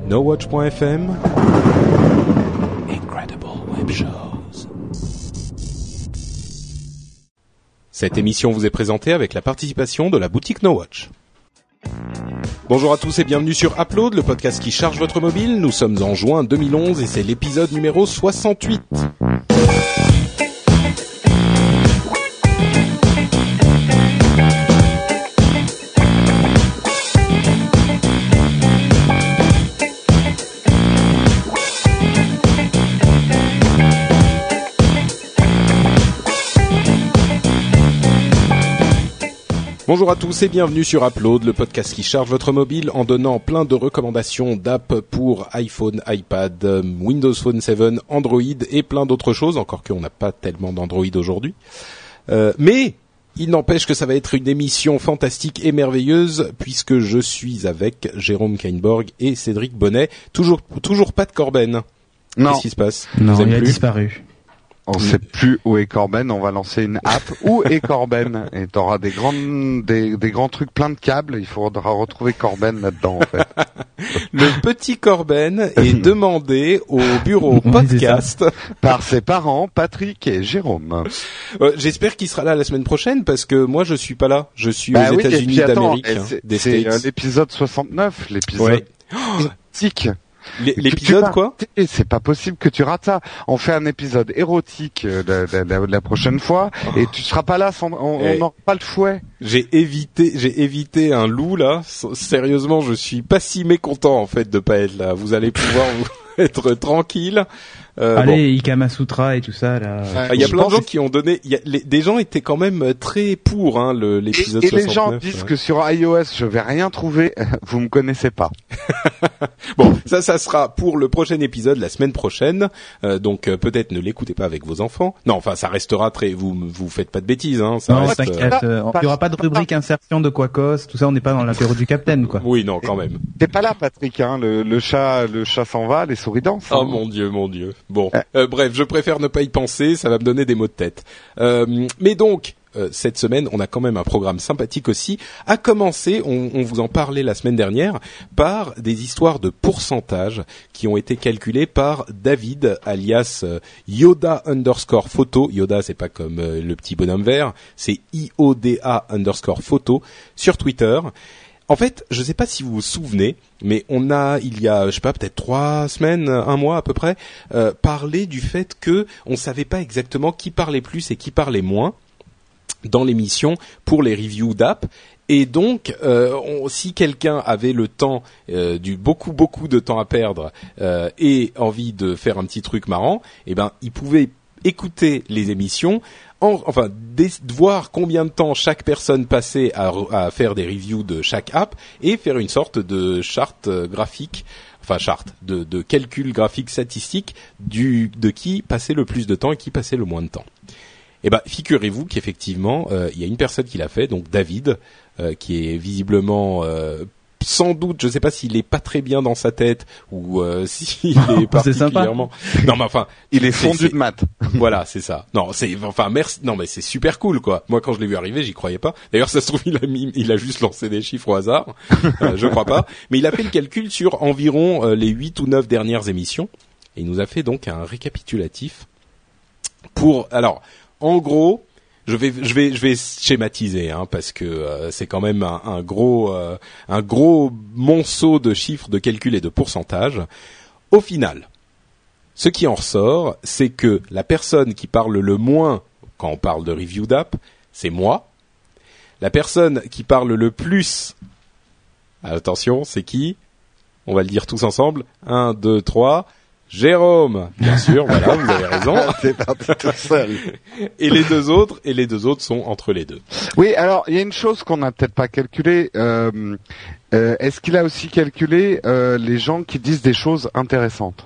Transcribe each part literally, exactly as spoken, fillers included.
nowatch point f m. Incredible Web Shows. Cette émission vous est présentée avec la participation de la boutique NoWatch. Bonjour à tous et bienvenue sur Upload, le podcast qui charge votre mobile. Nous sommes en juin deux mille onze et c'est l'épisode numéro soixante-huit. Bonjour à tous et bienvenue sur Upload, le podcast qui charge votre mobile en donnant plein de recommandations d'app pour iPhone, iPad, Windows Phone sept, Android et plein d'autres choses, encore qu'on n'a pas tellement d'Android aujourd'hui. Euh, mais il n'empêche que ça va être une émission fantastique et merveilleuse puisque je suis avec Jérôme Kainborg et Cédric Bonnet. Toujours, toujours pas de Corben. Non. Qu'est-ce qui se passe? Non, Vous il a plus disparu. On ne sait plus où est Corben, on va lancer une app où est Corben et t'auras des grandes des, des grands trucs plein de câbles, il faudra retrouver Corben là-dedans en fait. Le petit Corben est demandé au bureau podcast par ses parents Patrick et Jérôme. Euh, j'espère qu'il sera là la semaine prochaine parce que moi je suis pas là, je suis bah aux oui, États-Unis puis, attends, d'Amérique, c'est, des c'est States. euh, l'épisode soixante-neuf, l'épisode Ouais. érotique. L- l'épisode quoi? C'est pas possible que tu rates ça. On fait un épisode érotique euh, la, la, la, la prochaine fois et tu seras pas là sans on hey. n'aura pas le fouet. J'ai évité j'ai évité un loup là. S- sérieusement, je suis pas si mécontent en fait de pas être là. Vous allez pouvoir vous être tranquille. Euh, Allez, bon. Ikama Sutra et tout ça là. Ah, il y a Je plein de pense gens qui ont donné. Il y a, les, des gens étaient quand même très pour hein, le, l'épisode et, et soixante-neuf. les gens disent ouais. que sur iOS je vais rien trouver. Vous me connaissez pas. Bon, ça, ça sera pour le prochain épisode la semaine prochaine. Euh, donc euh, peut-être ne l'écoutez pas avec vos enfants. Non, enfin ça restera très. Vous vous faites pas de bêtises, hein. Ça Non, reste, t'inquiète, euh, il y aura pas de rubrique insertion de Quacos, tout ça, on n'est pas dans l'apéro du Capitaine, quoi. Oui, non, quand même. T'es pas là, Patrick. Hein, le, le chat, le chat s'en va, les souris dansent. Oh hein. mon Dieu, mon Dieu. Bon, euh, bref, je préfère ne pas y penser, ça va me donner des maux de tête. Euh, mais donc, euh, cette semaine, on a quand même un programme sympathique aussi. À commencer, on, on vous en parlait la semaine dernière, par des histoires de pourcentage qui ont été calculées par David, alias euh, Yoda underscore photo. Yoda, c'est pas comme euh, le petit bonhomme vert, c'est I O D A underscore photo sur Twitter. En fait, je ne sais pas si vous vous souvenez, mais on a, il y a, je sais pas, peut-être trois semaines, un mois à peu près, euh, parlé du fait que on savait pas exactement qui parlait plus et qui parlait moins dans l'émission pour les reviews d'app. Et donc, euh, on, si quelqu'un avait le temps, euh, du beaucoup beaucoup de temps à perdre euh, et envie de faire un petit truc marrant, eh ben, il pouvait écouter les émissions. En, enfin, des, voir combien de temps chaque personne passait à, à faire des reviews de chaque app et faire une sorte de charte euh, graphique, enfin charte, de, de calcul graphique statistique du, de qui passait le plus de temps et qui passait le moins de temps. Eh ben, figurez-vous qu'effectivement, euh, il y a une personne qui l'a fait, donc David, euh, qui est visiblement euh, sans doute, je sais pas s'il est pas très bien dans sa tête ou euh, s'il est particulièrement. Non, mais enfin, il est fondu c'est, de maths. Voilà, c'est ça. Non, c'est enfin merci. Non, mais c'est super cool quoi. Moi, quand je l'ai vu arriver, j'y croyais pas. D'ailleurs, ça se trouve, il a mis, il a juste lancé des chiffres au hasard. euh, je crois pas. Mais il a fait le calcul sur environ euh, les huit ou neuf dernières émissions et il nous a fait donc un récapitulatif pour. Alors, en gros. Je vais, je vais, je vais schématiser, hein, parce que euh, c'est quand même un, un gros, euh, un gros monceau de chiffres, de calculs et de pourcentages. Au final, ce qui en ressort, c'est que la personne qui parle le moins quand on parle de review d'app, c'est moi. La personne qui parle le plus, attention, c'est qui? On va le dire tous ensemble. Un, deux, trois. Jérôme, bien sûr, voilà, vous avez raison. C'est parti tout seul. Et les deux autres, et les deux autres sont entre les deux. Oui, alors il y a une chose qu'on n'a peut-être pas calculée. Euh, euh, est-ce qu'il a aussi calculé euh, les gens qui disent des choses intéressantes?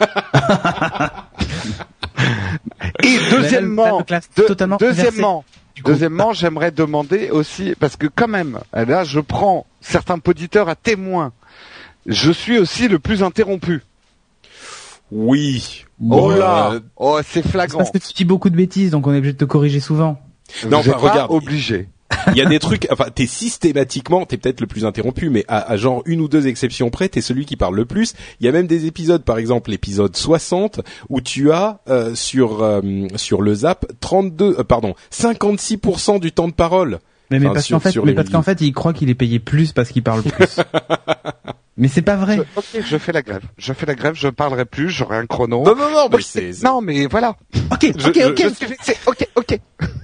Et deuxièmement, de, deuxièmement, deuxièmement, j'aimerais demander aussi, parce que quand même, là, je prends certains auditeurs à témoin. Je suis aussi le plus interrompu. Oui. Oh là, euh, oh c'est flagrant. C'est parce que tu dis beaucoup de bêtises, donc on est obligé de te corriger souvent. Non, enfin, regarde. Obligé. Il y a des trucs, enfin, t'es systématiquement, t'es peut-être le plus interrompu, mais à, à genre une ou deux exceptions près, t'es celui qui parle le plus. Il y a même des épisodes, par exemple l'épisode soixante, où tu as euh, sur euh, sur le Zap trente-deux, euh, pardon, cinquante-six pour cent du temps de parole. Mais, mais enfin, parce qu'en fait, mais parce qu'en fait, il croit qu'il est payé plus parce qu'il parle plus. Mais c'est pas vrai. Je, ok, je fais la grève. Je fais la grève, je parlerai plus, j'aurai un chrono. Non, non, non, mais c'est, c'est... Non, mais voilà. Ok, ok, je, ok. Je, je... C'est, ok, ok.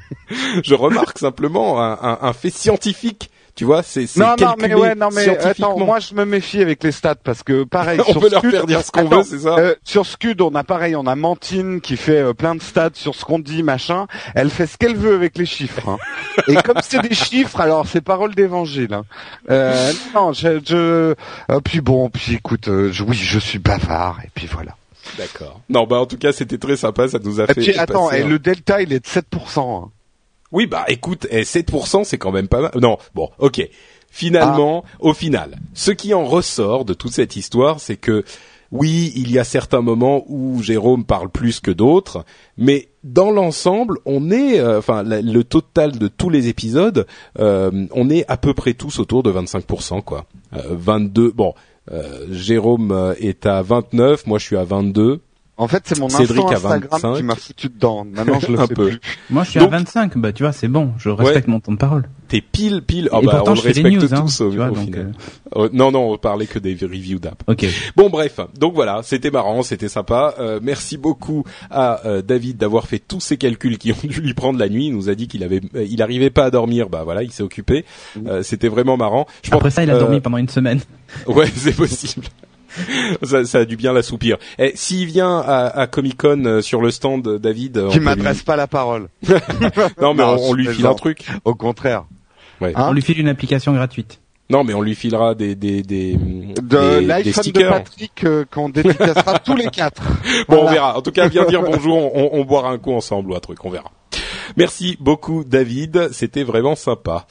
Je remarque simplement un, un, un fait scientifique. Tu vois, c'est, c'est non, non, calculé mais ouais, non, mais scientifiquement. Attends, moi je me méfie avec les stats parce que pareil. on sur peut Scud, leur faire dire ce qu'on attends, veut, c'est ça. Euh, sur Scud, on a pareil, on a Mantine qui fait euh, plein de stats sur ce qu'on dit, machin. Elle fait ce qu'elle veut avec les chiffres. Hein. Et comme c'est des chiffres, alors c'est parole d'évangile. Hein. Euh, non, je, je euh, puis bon, puis écoute, euh, je, oui, je suis bavard et puis voilà. D'accord. Non, bah en tout cas, c'était très sympa, ça nous a et fait. Puis, attends, et un... le delta, il est de sept pour cent. Hein. Oui, bah écoute, et sept pour cent, c'est quand même pas mal. Non, bon, ok. Finalement, ah. au final, ce qui en ressort de toute cette histoire, c'est que oui, il y a certains moments où Jérôme parle plus que d'autres, mais dans l'ensemble, on est, euh, enfin, la, le total de tous les épisodes, euh, on est à peu près tous autour de vingt-cinq pour cent, quoi. Euh, vingt-deux. Bon, euh, Jérôme est à vingt-neuf, moi je suis à vingt-deux. En fait, c'est mon Cédric instant Instagram vingt-cinq. Qui m'a foutu dedans. Maintenant, je le un fais peu. plus. Moi, je suis donc, à vingt-cinq. Bah, tu vois, c'est bon. Je respecte ouais, mon temps de parole. T'es pile, pile. Oh, et bah, pourtant, on je le fais respecte les news, tous hein, au, tu vois, au donc final. Euh... Euh, non, non, on parlait que des reviews d'app. Ok. Bon, bref. Donc voilà, c'était marrant, c'était sympa. Euh, merci beaucoup à euh, David d'avoir fait tous ces calculs qui ont dû lui prendre la nuit. Il nous a dit qu'il avait, euh, il arrivait pas à dormir. Bah voilà, il s'est occupé. Euh, c'était vraiment marrant. Je Après pense, ça, il a euh... dormi pendant une semaine. Ouais, c'est possible. ça, ça a dû bien l'assoupir. Et s'il vient à, à Comic Con euh, sur le stand, David, qui m'adresse lui... pas la parole. non, mais non, on, on lui file un truc. Au contraire. Ouais. Hein on lui file une application gratuite. Non, mais on lui filera des des des de des, l'iPhone des de Patrick euh, qu'on dédicacera tous les quatre. Bon, voilà. On verra. En tout cas, viens dire bonjour. On, on boira un coup ensemble ou un truc. On verra. Merci beaucoup, David. C'était vraiment sympa.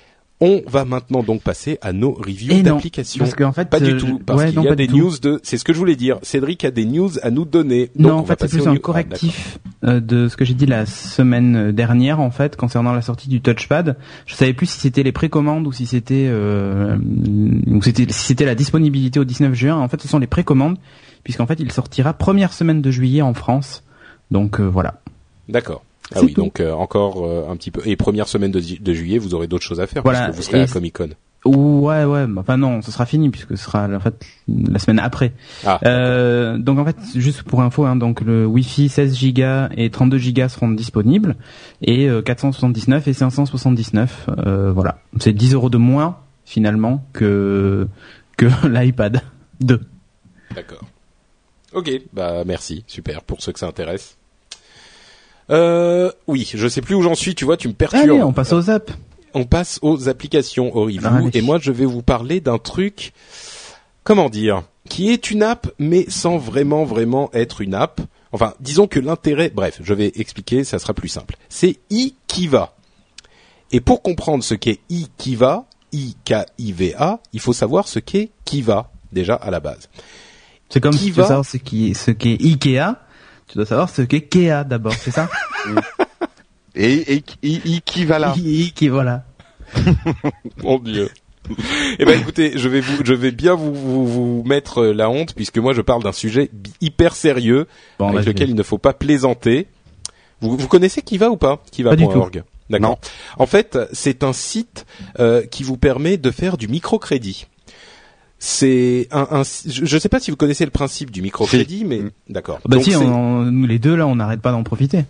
On va maintenant donc passer à nos reviews et d'applications. Parce qu'en fait, pas du euh, tout, parce ouais, qu'il non, y a des news tout. de. C'est ce que je voulais dire. Cédric a des news à nous donner. Donc non, en on fait, va c'est plus un news... correctif ah, de ce que j'ai dit la semaine dernière, en fait, concernant la sortie du touchpad. Je savais plus si c'était les précommandes ou si c'était, euh, ou c'était, si c'était la disponibilité au dix-neuf juin. En fait, ce sont les précommandes, puisqu'en fait, il sortira première semaine de juillet en France. Donc euh, voilà. D'accord. Ah c'est oui, tout. donc euh, encore euh, un petit peu. Et première semaine de, de juillet, vous aurez d'autres choses à faire voilà. puisque vous serez et à Comic Con. Ouais, ouais. Enfin non, ce sera fini puisque ce sera en fait la semaine après. Ah, euh, donc en fait, juste pour info, hein, donc le Wi-Fi seize gigas et trente-deux gigas seront disponibles et euh, quatre cent soixante-dix-neuf et cinq cent soixante-dix-neuf. Euh, voilà, c'est dix euros de moins finalement que que l'iPad deux. D'accord. Ok, bah merci, super pour ceux que ça intéresse. Euh, oui, je sais plus où j'en suis, tu vois, tu me perturbes. Allez, on passe aux apps. On passe aux applications, aux reviews, Allez. Et moi je vais vous parler d'un truc, comment dire, qui est une app, mais sans vraiment vraiment être une app. Enfin, disons que l'intérêt, bref, je vais expliquer, ça sera plus simple. C'est iKiva. Et pour comprendre ce qu'est iKiva, I K I V A, il faut savoir ce qu'est Kiva, déjà à la base. C'est comme Kiva, si tu veux savoir ce qui est, ce qu'est Ikea. Tu dois savoir ce qu'est Kea d'abord, c'est ça? Et, et, et, et qui va là? Qui voilà. Mon Dieu. Eh ben écoutez, je vais vous, je vais bien vous, vous, vous mettre la honte puisque moi je parle d'un sujet hyper sérieux bon, avec lequel vais... il ne faut pas plaisanter. Vous, vous connaissez Kiva ou pas? Kiva point org. D'accord. Non. En fait, c'est un site euh, qui vous permet de faire du microcrédit. C'est un, un je ne sais pas si vous connaissez le principe du microcrédit, mais mmh. d'accord. Bah donc si, on, nous les deux là, on n'arrête pas d'en profiter.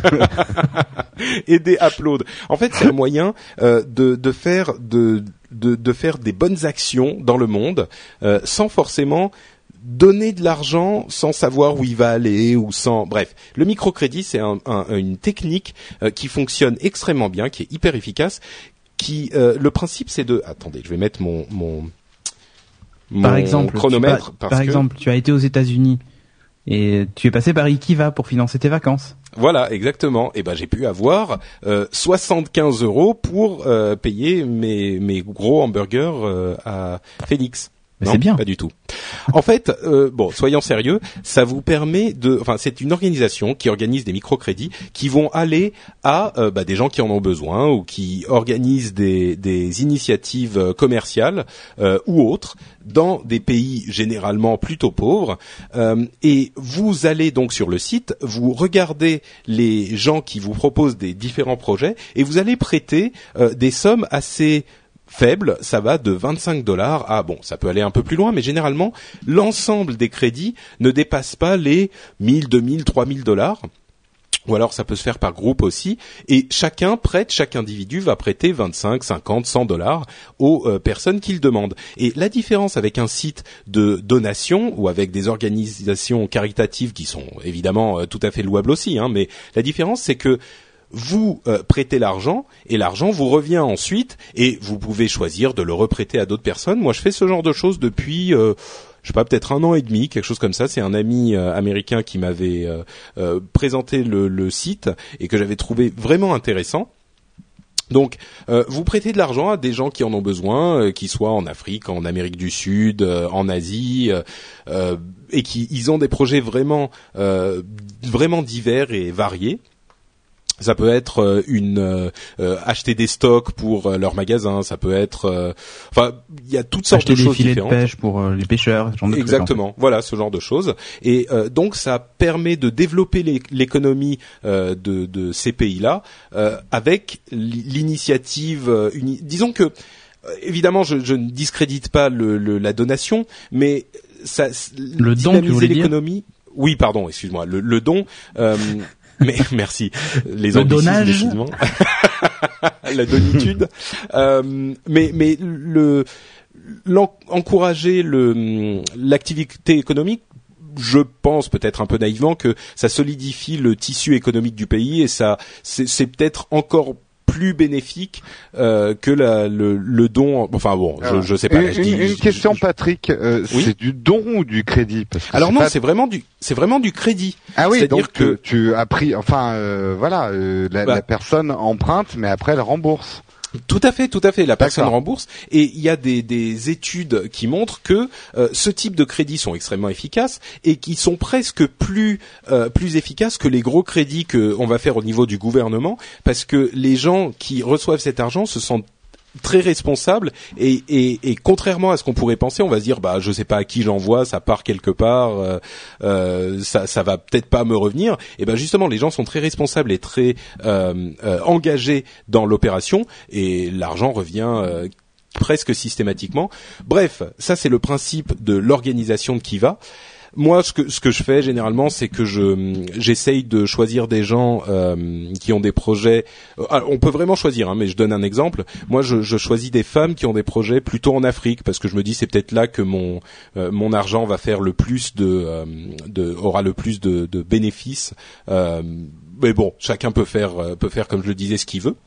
Et des uploads. En fait, c'est un moyen euh, de, de faire de, de, de faire des bonnes actions dans le monde, euh, sans forcément donner de l'argent, sans savoir où il va aller ou sans. Bref, le microcrédit, c'est un, un, une technique euh, qui fonctionne extrêmement bien, qui est hyper efficace. Qui euh, le principe, c'est de. Attendez, je vais mettre mon mon Par exemple, chronomètre, tu, par, par que... exemple, tu as été aux États-Unis et tu es passé par Ikiva pour financer tes vacances. Voilà, exactement. Et ben j'ai pu avoir euh, soixante-quinze euros pour euh, payer mes mes gros hamburgers euh, à Phoenix. Mais c'est bien. Pas du tout. En fait, euh, bon, soyons sérieux, ça vous permet de, enfin, c'est une organisation qui organise des microcrédits qui vont aller à euh, bah, des gens qui en ont besoin ou qui organisent des, des initiatives commerciales euh, ou autres dans des pays généralement plutôt pauvres. Euh, et vous allez donc sur le site, vous regardez les gens qui vous proposent des différents projets et vous allez prêter euh, des sommes assez faible, ça va de vingt-cinq dollars à, bon, ça peut aller un peu plus loin, mais généralement, l'ensemble des crédits ne dépasse pas les mille, deux mille, trois mille dollars. Ou alors ça peut se faire par groupe aussi. Et chacun prête, chaque individu va prêter vingt-cinq, cinquante, cent dollars aux euh, personnes qu'il demande. Et la différence avec un site de donation ou avec des organisations caritatives qui sont évidemment euh, tout à fait louables aussi, hein, mais la différence c'est que vous euh, prêtez l'argent et l'argent vous revient ensuite et vous pouvez choisir de le reprêter à d'autres personnes. Moi, je fais ce genre de choses depuis, euh, je sais pas, peut-être un an et demi, quelque chose comme ça. C'est un ami euh, américain qui m'avait euh, euh, présenté le, le site et que j'avais trouvé vraiment intéressant. Donc, euh, vous prêtez de l'argent à des gens qui en ont besoin, euh, qu'ils soient en Afrique, en Amérique du Sud, euh, en Asie, euh, euh, et qui ils ont des projets vraiment, euh, vraiment divers et variés. Ça peut être une euh, euh, acheter des stocks pour euh, leur magasin, ça peut être euh, enfin il y a toutes sortes acheter de choses différentes. Acheter des filets différentes. de pêche pour euh, les pêcheurs, ce genre de Exactement, trucs, en fait. Voilà ce genre de choses. Et euh, donc ça permet de développer les, l'économie euh, de, de ces pays-là euh, avec l'initiative euh, uni- disons que euh, évidemment je, je ne discrédite pas le, le, la donation, mais ça le don, tu voulais l'économie. Dire oui, pardon, excuse-moi, le, le don euh, mais merci. Les le donnage, la donitude. Euh, mais mais le l'encourager le l'activité économique. Je pense peut-être un peu naïvement que ça solidifie le tissu économique du pays et ça c'est, c'est peut-être encore plus bénéfique euh, que la, le, le don. Enfin bon, je, je sais pas. Une, je dis, une je, question, je, Patrick. Euh, oui c'est du don ou du crédit? Parce que alors c'est non, pas... c'est vraiment du, c'est vraiment du crédit. Ah oui, c'est-à-dire donc que tu as pris, enfin euh, voilà, euh, la, bah, la personne emprunte, mais après elle rembourse. Tout à fait, tout à fait. La personne D'accord. rembourse et il y a des, des études qui montrent que euh, ce type de crédits sont extrêmement efficaces et qui sont presque plus euh, plus efficaces que les gros crédits que on va faire au niveau du gouvernement, parce que les gens qui reçoivent cet argent se sentent très responsables et, et, et contrairement à ce qu'on pourrait penser, on va se dire bah je sais pas à qui j'envoie, ça part quelque part, euh, euh, ça ça va peut-être pas me revenir. Et ben justement les gens sont très responsables et très euh, euh, engagés dans l'opération et l'argent revient euh, presque systématiquement. Bref, ça c'est le principe de l'organisation de Kiva. Moi, ce que ce que je fais généralement, c'est que je j'essaye de choisir des gens euh, qui ont des projets. Alors, on peut vraiment choisir, hein, mais je donne un exemple. Moi, je, je choisis des femmes qui ont des projets plutôt en Afrique, parce que je me dis c'est peut-être là que mon euh, mon argent va faire le plus de, euh, de aura le plus de, de bénéfices. Euh, mais bon, chacun peut faire peut faire comme je le disais ce qu'il veut.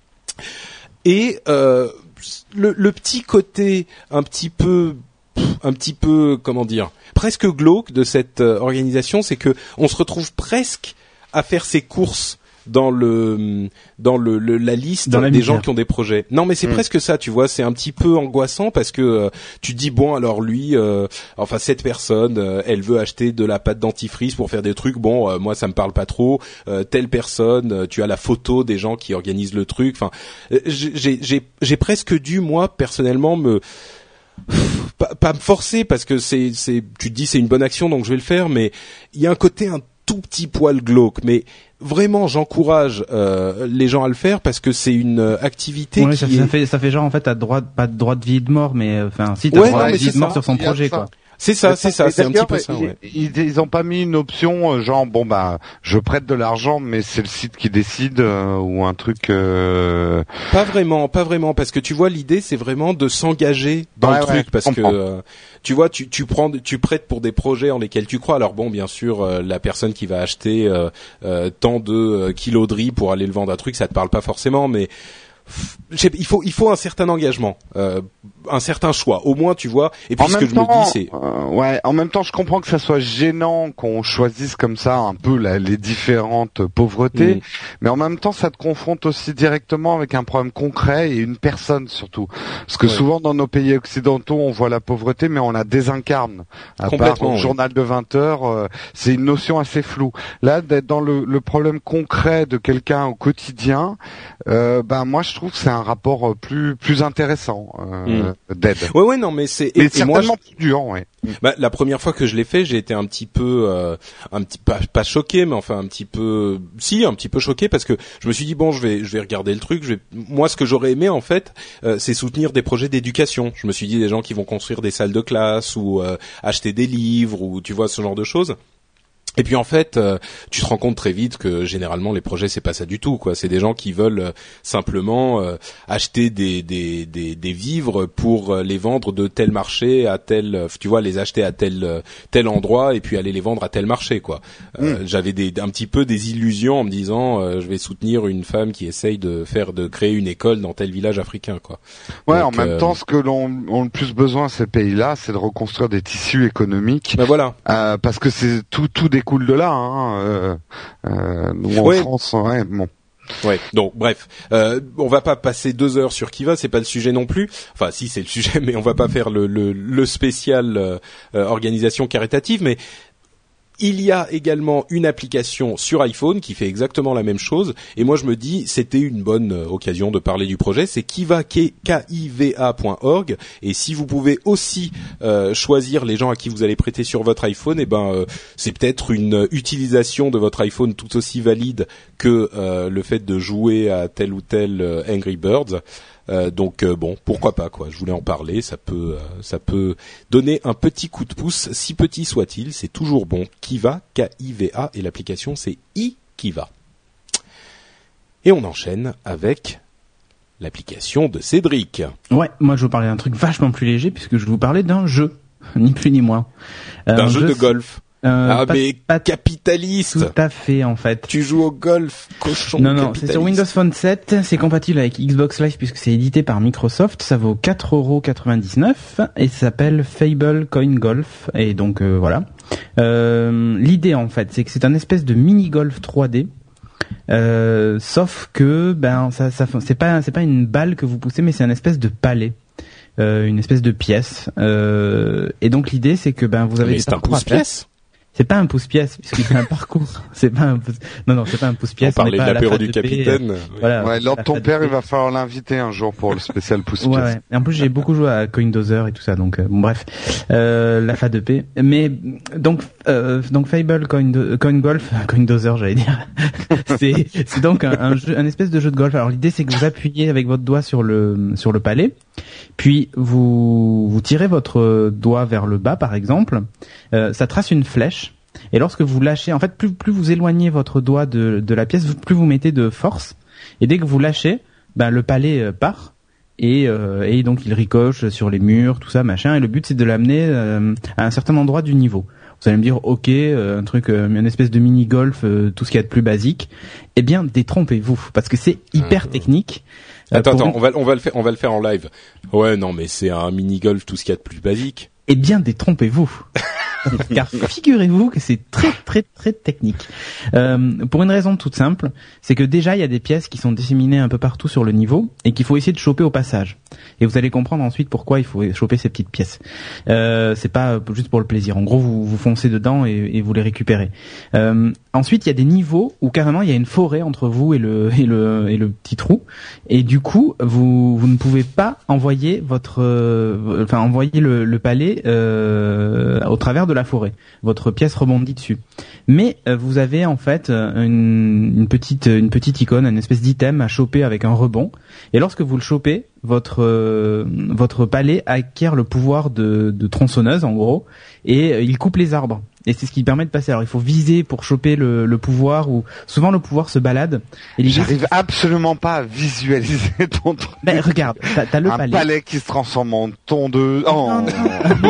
Et euh, le, le petit côté un petit peu un petit peu comment dire presque glauque de cette euh, organisation, c'est que on se retrouve presque à faire ses courses dans le dans le, le la liste dans la des misère. gens qui ont des projets. Non, mais c'est mmh. presque ça, tu vois, c'est un petit peu angoissant parce que euh, tu dis bon alors lui euh, enfin cette personne euh, elle veut acheter de la pâte dentifrice pour faire des trucs, bon euh, moi ça me parle pas trop, euh, telle personne euh, tu as la photo des gens qui organisent le truc, enfin euh, j'ai j'ai j'ai presque dû moi personnellement me Pas, pas me forcer parce que c'est, c'est, tu te dis c'est une bonne action donc je vais le faire, mais il y a un côté un tout petit poil glauque. Mais vraiment, j'encourage euh, les gens à le faire parce que c'est une activité ouais, qui ça, est... ça fait ça fait genre en fait t'as droit pas de droit de vie et de mort, mais enfin si t'as ouais, droit non, de vie et de mort ça. sur son projet quoi. C'est ça, c'est ça, c'est un petit peu ça. Ils, ouais. ils, ils ont pas mis une option euh, genre bon bah je prête de l'argent mais c'est le site qui décide euh, ou un truc. Euh... Pas vraiment, pas vraiment, parce que tu vois l'idée c'est vraiment de s'engager dans ouais, le ouais, truc, parce que euh, tu vois tu tu prends tu prêtes pour des projets en lesquels tu crois. Alors bon, bien sûr, euh, la personne qui va acheter euh, euh, tant de euh, kilos de riz pour aller le vendre à truc, ça te parle pas forcément, mais il faut il faut un certain engagement, euh, un certain choix. Au moins, tu vois. Et puis en ce même que temps, je me dis, c'est euh, ouais. En même temps, je comprends que ça soit gênant qu'on choisisse comme ça un peu la, les différentes pauvretés, mmh. mais en même temps, ça te confronte aussi directement avec un problème concret et une personne surtout. Parce que ouais. souvent dans nos pays occidentaux, on voit la pauvreté, mais on la désincarne. À part au ouais. journal de vingt heures, euh, c'est une notion assez floue. Là, d'être dans le, le problème concret de quelqu'un au quotidien, euh, ben moi, je trouve que c'est un un rapport plus plus intéressant euh, mmh. d'aide. Ouais ouais non mais c'est mais et, certainement et moi, je... plus dur ouais. Bah la première fois que je l'ai fait, j'ai été un petit peu euh, un petit pas pas choqué mais enfin un petit peu si un petit peu choqué parce que je me suis dit bon, je vais je vais regarder le truc, je vais moi ce que j'aurais aimé en fait, euh, c'est soutenir des projets d'éducation. Je me suis dit des gens qui vont construire des salles de classe ou euh, acheter des livres ou tu vois ce genre de choses. Et puis en fait, euh, tu te rends compte très vite que généralement les projets c'est pas ça du tout quoi. C'est des gens qui veulent euh, simplement euh, acheter des, des des des vivres pour euh, les vendre de tel marché à tel, euh, tu vois, les acheter à tel euh, tel endroit et puis aller les vendre à tel marché quoi. Euh, mmh. J'avais des un petit peu des illusions en me disant euh, je vais soutenir une femme qui essaye de faire de créer une école dans tel village africain quoi. Ouais, donc, en même euh, temps, ce que l'on a le plus besoin ces pays-là, c'est de reconstruire des tissus économiques. Ben voilà. Euh, parce que c'est tout tout des coule de là, hein. Euh, euh, nous en ouais. France, ouais, bon. Ouais. Donc bref, euh, on va pas passer deux heures sur Kiva, c'est pas le sujet non plus. Enfin, si c'est le sujet, mais on va pas faire le le, le spécial euh, organisation caritative, mais il y a également une application sur iPhone qui fait exactement la même chose. Et moi, je me dis, c'était une bonne euh, occasion de parler du projet. C'est kiva, K I V A point org. Et si vous pouvez aussi euh, choisir les gens à qui vous allez prêter sur votre iPhone, eh ben, euh, c'est peut-être une utilisation de votre iPhone tout aussi valide que euh, le fait de jouer à tel ou tel euh, Angry Birds. Euh, donc euh, bon, pourquoi pas quoi. Je voulais en parler. Ça peut, euh, ça peut donner un petit coup de pouce, si petit soit-il. C'est toujours bon. Kiva, K I V A, et l'application c'est iKiva. Et on enchaîne avec l'application de Cédric. Ouais, moi je vous parlais d'un truc vachement plus léger puisque je vous parlais d'un jeu, ni plus ni moins. Euh, d'un jeu de golf. Euh, ah pas, mais pas capitaliste. Tout à fait en fait. Tu joues au golf, cochon. Non non, capitaliste. c'est sur Windows Phone sept, c'est compatible avec Xbox Live puisque c'est édité par Microsoft, ça vaut quatre euros quatre-vingt-dix-neuf et ça s'appelle Fable Coin Golf et donc euh, voilà. Euh, l'idée en fait, c'est que c'est un espèce de mini golf trois D. Euh, sauf que ben ça ça c'est pas c'est pas une balle que vous poussez mais c'est un espèce de palais. Euh, une espèce de pièce euh, et donc l'idée c'est que ben vous avez mais des c'est un pouce-pièce. C'est pas un pouce-pièce puisque c'est un parcours. C'est pas un pouce... non non c'est pas un pouce-pièce. On parlait de l'apéro du capitaine. Euh, voilà. Ouais, lors de ton père, il va falloir l'inviter un jour pour le spécial pouce-pièce. Ouais, ouais. Et en plus j'ai beaucoup joué à CoinDozer et tout ça donc euh, bon bref euh, la F A deux P. Mais donc euh, donc Fable Coin, Coin Golf, CoinDozer j'allais dire. c'est c'est donc un, un jeu, un espèce de jeu de golf. Alors l'idée c'est que vous appuyez avec votre doigt sur le sur le palais, puis vous vous tirez votre doigt vers le bas par exemple. Euh, ça trace une flèche. Et lorsque vous lâchez, en fait, plus, plus vous éloignez votre doigt de, de la pièce, plus vous mettez de force. Et dès que vous lâchez, ben le palais part et, euh, et donc il ricoche sur les murs, tout ça, machin. Et le but c'est de l'amener euh, à un certain endroit du niveau. Vous allez me dire, ok, euh, un truc, euh, une espèce de mini golf, euh, tout ce qu'il y a de plus basique. Eh bien, détrompez-vous, parce que c'est hyper mmh. technique. Euh, attends, attends, une... on va, on va le faire, on va le faire en live. Ouais, non, mais c'est un mini golf, tout ce qu'il y a de plus basique. Eh bien, détrompez-vous. Car figurez-vous que c'est très très très technique. Euh, pour une raison toute simple, c'est que déjà il y a des pièces qui sont disséminées un peu partout sur le niveau et qu'il faut essayer de choper au passage. Et vous allez comprendre ensuite pourquoi il faut choper ces petites pièces. Euh, c'est pas juste pour le plaisir. En gros, vous vous foncez dedans et, et vous les récupérez. Euh, ensuite, il y a des niveaux où carrément il y a une forêt entre vous et le et le et le petit trou. Et du coup, vous vous ne pouvez pas envoyer votre, euh, enfin envoyer le, le palais euh, au travers de de la forêt. Votre pièce rebondit dessus. Mais euh, vous avez en fait une, une petite une petite icône, une espèce d'item à choper avec un rebond. Et lorsque vous le chopez, votre euh, votre palais acquiert le pouvoir de, de tronçonneuse en gros, et euh, il coupe les arbres. Et c'est ce qui permet de passer. Alors il faut viser pour choper le, le pouvoir, ou souvent le pouvoir se balade. Et j'arrive absolument pas à visualiser ton truc. Ben regarde, t'as, t'as le un palais. palais qui se transforme en tondeuse. Oh. Non, non, non.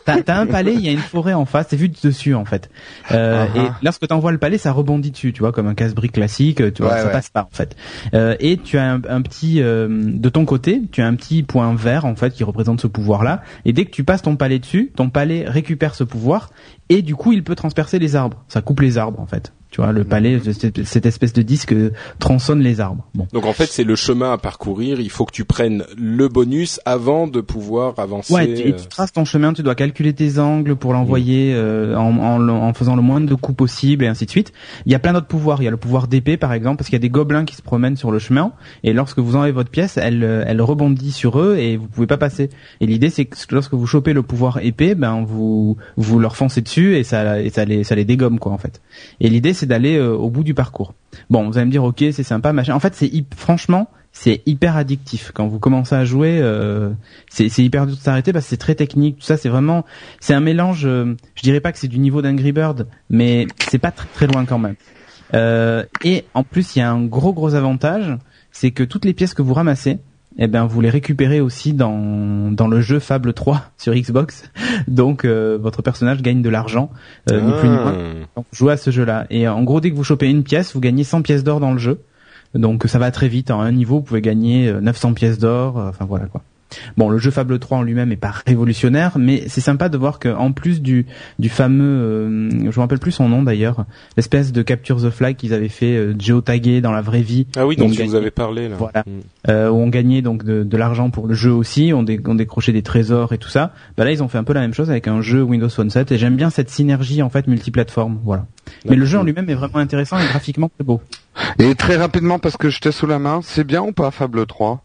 t'as, t'as un palais, il y a une forêt en face, c'est vu de dessus en fait. Euh, uh-huh. Et lorsque t'envoies le palais, ça rebondit dessus, tu vois, comme un casse-brique classique, tu vois, ouais, ça ouais. passe pas en fait. Euh, et tu as un, un petit, euh, de ton côté, tu as un petit point vert en fait qui représente ce pouvoir-là. Et dès que tu passes ton palais dessus, ton palais récupère ce pouvoir et du coup il peut transpercer les arbres. Ça coupe les arbres en fait. Tu vois, le palais, cette espèce de disque tronçonne les arbres. Bon. Donc en fait, c'est le chemin à parcourir. Il faut que tu prennes le bonus avant de pouvoir avancer. Ouais, tu, tu traces ton chemin. Tu dois calculer tes angles pour l'envoyer mmh. euh, en, en, en faisant le moins de coups possible et ainsi de suite. Il y a plein d'autres pouvoirs. Il y a le pouvoir d'épée, par exemple, parce qu'il y a des gobelins qui se promènent sur le chemin. Et lorsque vous enlevez votre pièce, elle, elle rebondit sur eux et vous pouvez pas passer. Et l'idée, c'est que lorsque vous chopez le pouvoir épée, ben vous vous leur foncez dessus et ça et ça les ça les dégomme quoi en fait. Et l'idée, c'est d'aller euh, au bout du parcours. Bon, vous allez me dire, ok, c'est sympa, machin. En fait, c'est franchement, c'est hyper addictif. Quand vous commencez à jouer, euh, c'est, c'est hyper dur de s'arrêter parce que c'est très technique. Tout ça, c'est vraiment, c'est un mélange. Euh, je dirais pas que c'est du niveau d'Angry Bird, mais c'est pas très très loin quand même. Euh, et en plus, il y a un gros gros avantage, c'est que toutes les pièces que vous ramassez, eh ben vous les récupérez aussi dans dans le jeu Fable trois sur Xbox. Donc euh, votre personnage gagne de l'argent, euh, ni plus ni moins. Donc jouez à ce jeu-là. Et en gros, dès que vous chopez une pièce, vous gagnez cent pièces d'or dans le jeu. Donc ça va très vite. En un niveau, vous pouvez gagner neuf cents pièces d'or. Enfin voilà quoi. Bon, le jeu Fable trois en lui-même est pas révolutionnaire, mais c'est sympa de voir que en plus du du fameux, euh, je me rappelle plus son nom d'ailleurs, l'espèce de Capture the Flag qu'ils avaient fait euh, géotaguer dans la vraie vie. Ah oui, donc je vous avais parlé là. Voilà. Mm. Euh, où on gagnait donc de, de l'argent pour le jeu aussi, on, dé, on décrochait des trésors et tout ça. Bah là, ils ont fait un peu la même chose avec un jeu Windows Phone sept et j'aime bien cette synergie en fait multiplateforme. Voilà. D'accord. Mais le jeu en lui-même est vraiment intéressant et graphiquement très beau. Et très rapidement parce que j'étais sous la main, c'est bien ou pas Fable trois?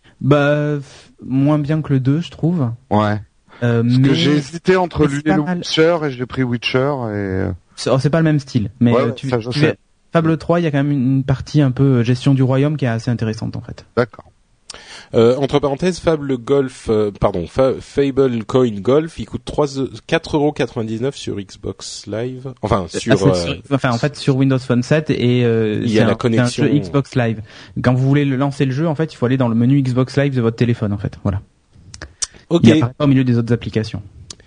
Bah moins bien que le deux, je trouve. Ouais. Euh, Parce mais que j'ai hésité entre lui et le Witcher et j'ai pris Witcher et c'est, oh, c'est pas le même style, mais ouais, tu, ça, tu fais Fable trois, il y a quand même une partie un peu gestion du royaume qui est assez intéressante en fait. D'accord. Euh, entre parenthèses, Fable Golf, euh, pardon, Fa- Fable Coin Golf, il coûte quatre euros quatre-vingt-dix-neuf sur Xbox Live. Enfin, sur, ah, sur, enfin, en fait, sur Windows Phone sept et euh, il y a la un, connexion. C'est un jeu Xbox Live. Quand vous voulez lancer le jeu, en fait, il faut aller dans le menu Xbox Live de votre téléphone, en fait. Voilà. Ok. Il apparaît pas au milieu des autres applications.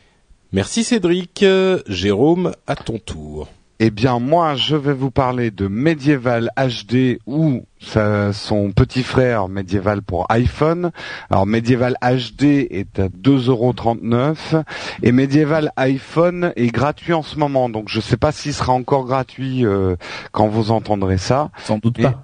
Merci Cédric. Euh, Jérôme, à ton tour. Eh bien, moi, je vais vous parler de Medieval H D ou ça, son petit frère Medieval pour iPhone. Alors, Medieval H D est à deux euros trente-neuf et Medieval iPhone est gratuit en ce moment. Donc, je ne sais pas s'il sera encore gratuit euh, quand vous entendrez ça. Sans doute pas.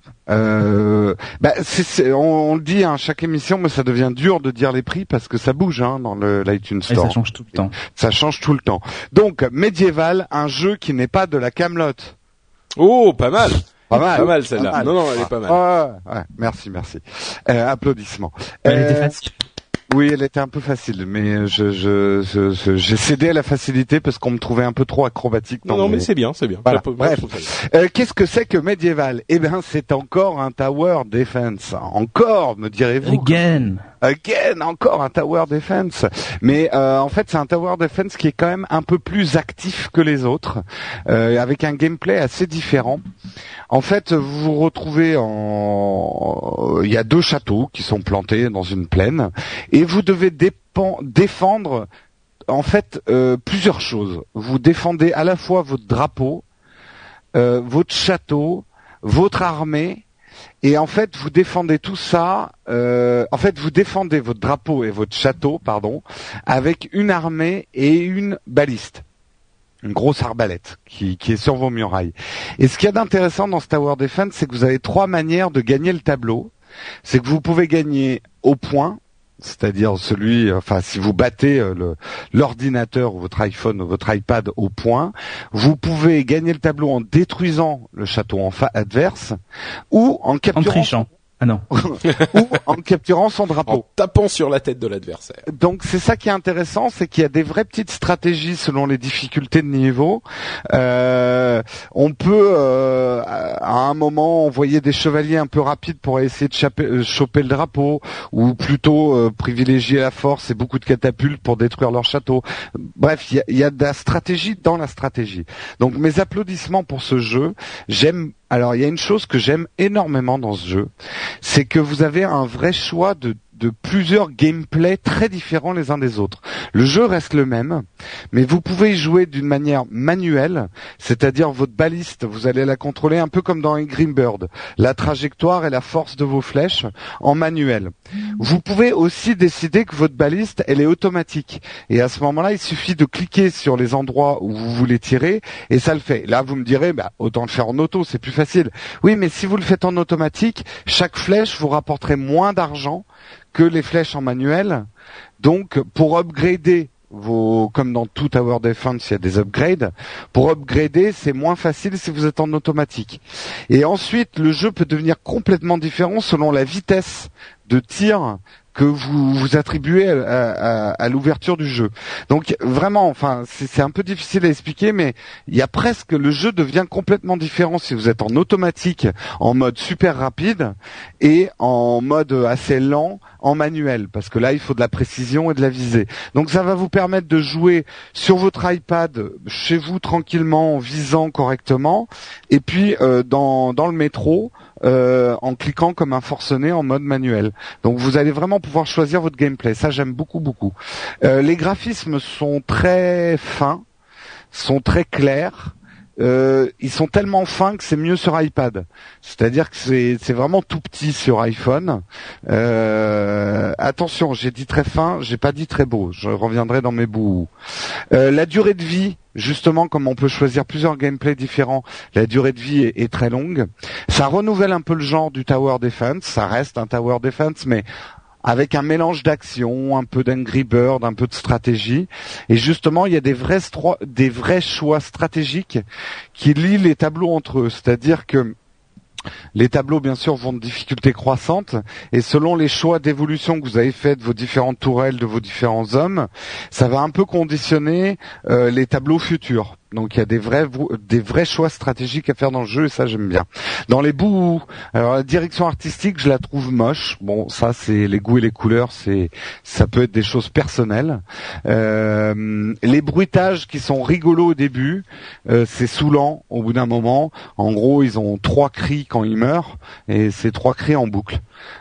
Euh, bah, c'est, c'est, on, on le dit à hein, chaque émission, mais ça devient dur de dire les prix parce que ça bouge hein, dans le l'iTunes Store. Et ça change tout le temps. Ça change tout le temps. Donc Medieval, un jeu qui n'est pas de la Camelote. Oh, pas mal. Pas mal. Pas mal celle-là. Pas mal. Non, non, elle est pas mal. Ouais, ouais, merci, merci. Euh, applaudissements. Elle euh, était facile. Oui, elle était un peu facile, mais je, je, je, je j'ai cédé à la facilité parce qu'on me trouvait un peu trop acrobatique. Dans non, non, mes... mais c'est bien, c'est bien. Voilà. Bref. Euh, qu'est-ce que c'est que Medieval? Eh ben, c'est encore un tower defense. Encore, me direz-vous. Again. Again, encore un tower defense. Mais euh, en fait, c'est un tower defense qui est quand même un peu plus actif que les autres, euh, avec un gameplay assez différent. En fait, vous vous retrouvez en... Il y a deux châteaux qui sont plantés dans une plaine, et vous devez dépen... défendre, en fait, euh, plusieurs choses. Vous défendez à la fois votre drapeau, euh, votre château, votre armée, et en fait, vous défendez tout ça. Euh, en fait, vous défendez votre drapeau et votre château, pardon, avec une armée et une baliste. Une grosse arbalète qui, qui est sur vos murailles. Et ce qu'il y a d'intéressant dans ce Tower Defense, c'est que vous avez trois manières de gagner le tableau. C'est que vous pouvez gagner au point, c'est-à-dire celui, enfin si vous battez le, l'ordinateur ou votre iPhone ou votre iPad au point, vous pouvez gagner le tableau en détruisant le château en fa- adverse ou en capturant... En trichant. Ah non. ou en capturant son drapeau. En tapant sur la tête de l'adversaire. Donc c'est ça qui est intéressant, c'est qu'il y a des vraies petites stratégies selon les difficultés de niveau. Euh, on peut euh, à un moment envoyer des chevaliers un peu rapides pour essayer de chaper, euh, choper le drapeau, ou plutôt euh, privilégier la force et beaucoup de catapultes pour détruire leur château. Bref, il y a, y a de la stratégie dans la stratégie. Donc mes applaudissements pour ce jeu. J'aime Alors, il y a une chose que j'aime énormément dans ce jeu, c'est que vous avez un vrai choix de, de plusieurs gameplays très différents les uns des autres. Le jeu reste le même, mais vous pouvez y jouer d'une manière manuelle, c'est-à-dire votre baliste, vous allez la contrôler un peu comme dans Angry Bird, la trajectoire et la force de vos flèches en manuel. Vous pouvez aussi décider que votre baliste, elle est automatique. Et à ce moment-là, il suffit de cliquer sur les endroits où vous voulez tirer et ça le fait. Là, vous me direz, bah, autant le faire en auto, c'est plus facile. Oui, mais si vous le faites en automatique, chaque flèche vous rapporterait moins d'argent que les flèches en manuel. Donc, pour upgrader vos, comme dans tout Tower Defense, il y a des upgrades. Pour upgrader, c'est moins facile si vous êtes en automatique. Et ensuite, le jeu peut devenir complètement différent selon la vitesse de tir que vous vous attribuez à, à, à l'ouverture du jeu. Donc vraiment, enfin, c'est, c'est un peu difficile à expliquer, mais il y a presque, le jeu devient complètement différent si vous êtes en automatique, en mode super rapide, et en mode assez lent, en manuel, parce que là, il faut de la précision et de la visée. Donc ça va vous permettre de jouer sur votre iPad, chez vous tranquillement, en visant correctement, et puis euh, dans dans le métro, Euh, en cliquant comme un forcené en mode manuel. Donc vous allez vraiment pouvoir choisir votre gameplay. Ça, j'aime beaucoup, beaucoup. Euh, les graphismes sont très fins, sont très clairs. Euh, ils sont tellement fins que c'est mieux sur iPad. C'est-à-dire que c'est, c'est vraiment tout petit sur iPhone. Euh, attention, j'ai dit très fin, j'ai pas dit très beau. Je reviendrai dans mes bouts. Euh, la durée de vie, justement, comme on peut choisir plusieurs gameplays différents, la durée de vie est, est très longue. Ça renouvelle un peu le genre du Tower Defense. Ça reste un Tower Defense, mais avec un mélange d'action, un peu d'Angry Bird, un peu de stratégie. Et justement, il y a des vrais, stro- des vrais choix stratégiques qui lient les tableaux entre eux. C'est-à-dire que les tableaux, bien sûr, vont de difficulté croissante, et selon les choix d'évolution que vous avez fait de vos différentes tourelles, de vos différents hommes, ça va un peu conditionner euh, les tableaux futurs. Donc il y a des vrais des vrais choix stratégiques à faire dans le jeu, et ça j'aime bien. Dans les bouts, alors la direction artistique, je la trouve moche. Bon, ça c'est les goûts et les couleurs, c'est ça peut être des choses personnelles. Euh, les bruitages qui sont rigolos au début, euh, c'est saoulant au bout d'un moment. En gros, ils ont trois cris quand ils meurent, et c'est trois cris en boucle.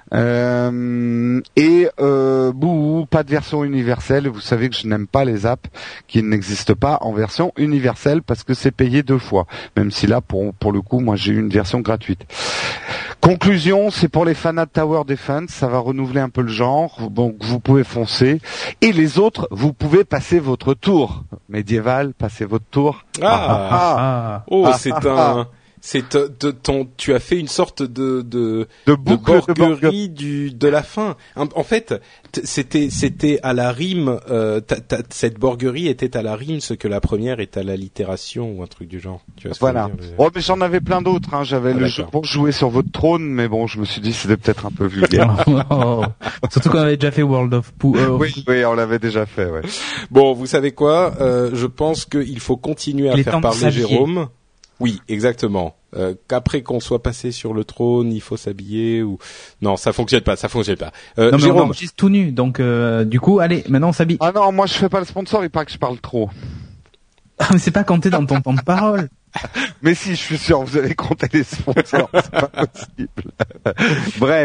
Euh, et euh, bouh, pas de version universelle. Vous savez que je n'aime pas les apps qui n'existent pas en version universelle parce que c'est payé deux fois. Même si là, pour pour le coup, moi j'ai eu une version gratuite. Conclusion, c'est pour les fanats de Tower Defense, ça va renouveler un peu le genre. Donc vous pouvez foncer. Et les autres, vous pouvez passer votre tour médiéval, passer votre tour. Ah, ah, ah. ah. Oh, ah, c'est ah, un. C'est de ton, tu as fait une sorte de de de, boucle, de borguerie du de la fin. En fait, c'était c'était à la rime. Euh, ta, ta, cette borguerie était à la rime ce que la première est à l'allitération ou un truc du genre. Tu vois ce voilà. Que je veux dire, oh, mais j'en avais plein d'autres. Hein. J'avais ah, le jeu pour jouer sur votre trône, mais bon, je me suis dit c'était peut-être un peu vulgaire. oh. Surtout qu'on avait déjà fait World of Pooh. Euh, oui, oui, on l'avait déjà fait. Ouais. Bon, vous savez quoi euh, Je pense qu'il faut continuer à faire parler Jérôme. Oui, exactement. Euh, qu'après qu'on soit passé sur le trône, il faut s'habiller ou non, ça fonctionne pas, ça fonctionne pas. Euh, non, mais Jérôme, on enregistre tout nu, donc euh, du coup, allez, maintenant on s'habille. Ah non, moi je fais pas le sponsor, il paraît que je parle trop. Ah mais c'est pas compté dans ton temps de parole. Mais si, je suis sûr, vous allez compter les sponsors, c'est pas possible. Bref.